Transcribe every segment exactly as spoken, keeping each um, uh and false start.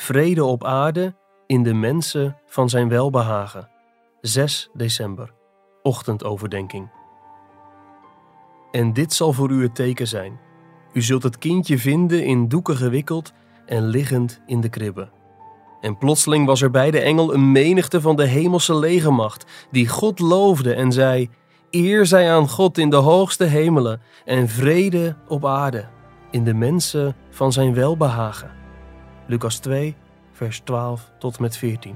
vrede op aarde in de mensen van zijn welbehagen. zes december, ochtendoverdenking. En dit zal voor u het teken zijn. U zult het kindje vinden in doeken gewikkeld en liggend in de kribbe. En plotseling was er bij de engel een menigte van de hemelse legermacht, die God loofde en zei: Eer zij aan God in de hoogste hemelen en vrede op aarde, in de mensen van zijn welbehagen. Lucas twee, vers twaalf tot met veertien.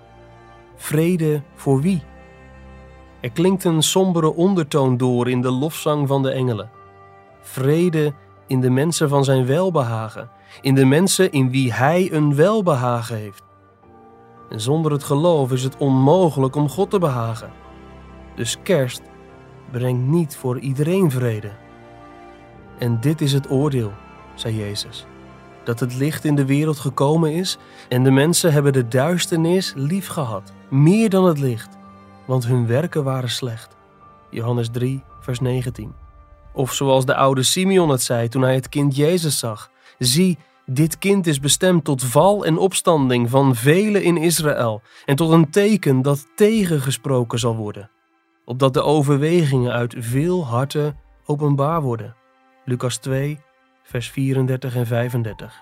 Vrede voor wie? Er klinkt een sombere ondertoon door in de lofzang van de engelen. Vrede in de mensen van zijn welbehagen, in de mensen in wie hij een welbehagen heeft. En zonder het geloof is het onmogelijk om God te behagen. Dus kerst brengt niet voor iedereen vrede. En dit is het oordeel, zei Jezus, dat het licht in de wereld gekomen is en de mensen hebben de duisternis lief gehad, meer dan het licht, want hun werken waren slecht. Johannes drie, vers negentien. Of zoals de oude Simeon het zei toen hij het kind Jezus zag: Zie, dit kind is bestemd tot val en opstanding van velen in Israël en tot een teken dat tegengesproken zal worden, opdat de overwegingen uit veel harten openbaar worden. Lucas twee, vers vierendertig en vijfendertig.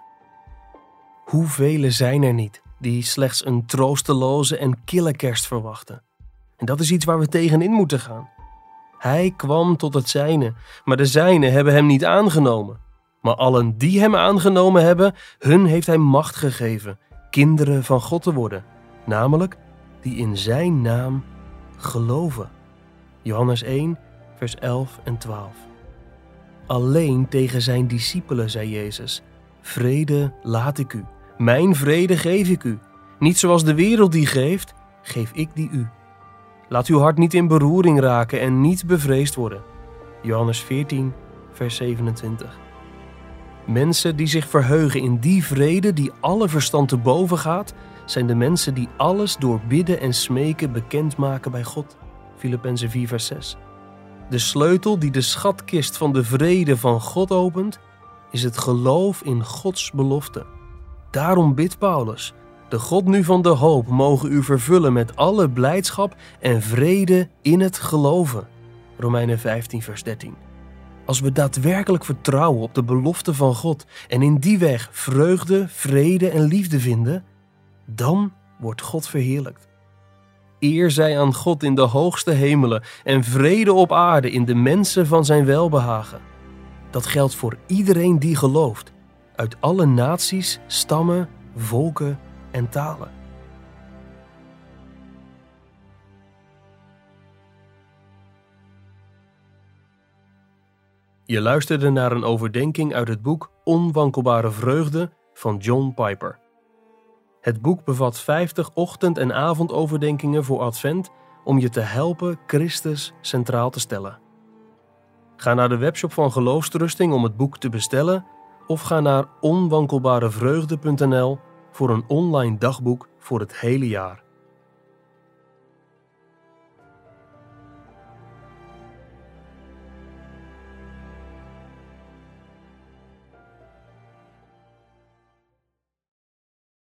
Hoeveel zijn er niet die slechts een troosteloze en kille kerst verwachten? En dat is iets waar we tegenin moeten gaan. Hij kwam tot het zijne, maar de zijnen hebben hem niet aangenomen. Maar allen die hem aangenomen hebben, hun heeft hij macht gegeven kinderen van God te worden, namelijk die in zijn naam geloven. Johannes één, vers elf en twaalf. Alleen tegen zijn discipelen zei Jezus: Vrede laat ik u, mijn vrede geef ik u. Niet zoals de wereld die geeft, geef ik die u. Laat uw hart niet in beroering raken en niet bevreesd worden. Johannes veertien, vers zevenentwintig. Mensen die zich verheugen in die vrede die alle verstand te boven gaat, zijn de mensen die alles door bidden en smeken bekendmaken bij God. Filippenzen vier, vers zes. De sleutel die de schatkist van de vrede van God opent, is het geloof in Gods belofte. Daarom bidt Paulus: De God nu van de hoop mogen u vervullen met alle blijdschap en vrede in het geloven. Romeinen vijftien, vers dertien. Als we daadwerkelijk vertrouwen op de belofte van God en in die weg vreugde, vrede en liefde vinden, dan wordt God verheerlijkt. Eer zij aan God in de hoogste hemelen en vrede op aarde in de mensen van zijn welbehagen. Dat geldt voor iedereen die gelooft, uit alle naties, stammen, volken en talen. Je luisterde naar een overdenking uit het boek Onwankelbare Vreugde van John Piper. Het boek bevat vijftig ochtend- en avondoverdenkingen voor Advent om je te helpen Christus centraal te stellen. Ga naar de webshop van Geloofstrusting om het boek te bestellen of ga naar onwankelbarevreugde punt n l voor een online dagboek voor het hele jaar.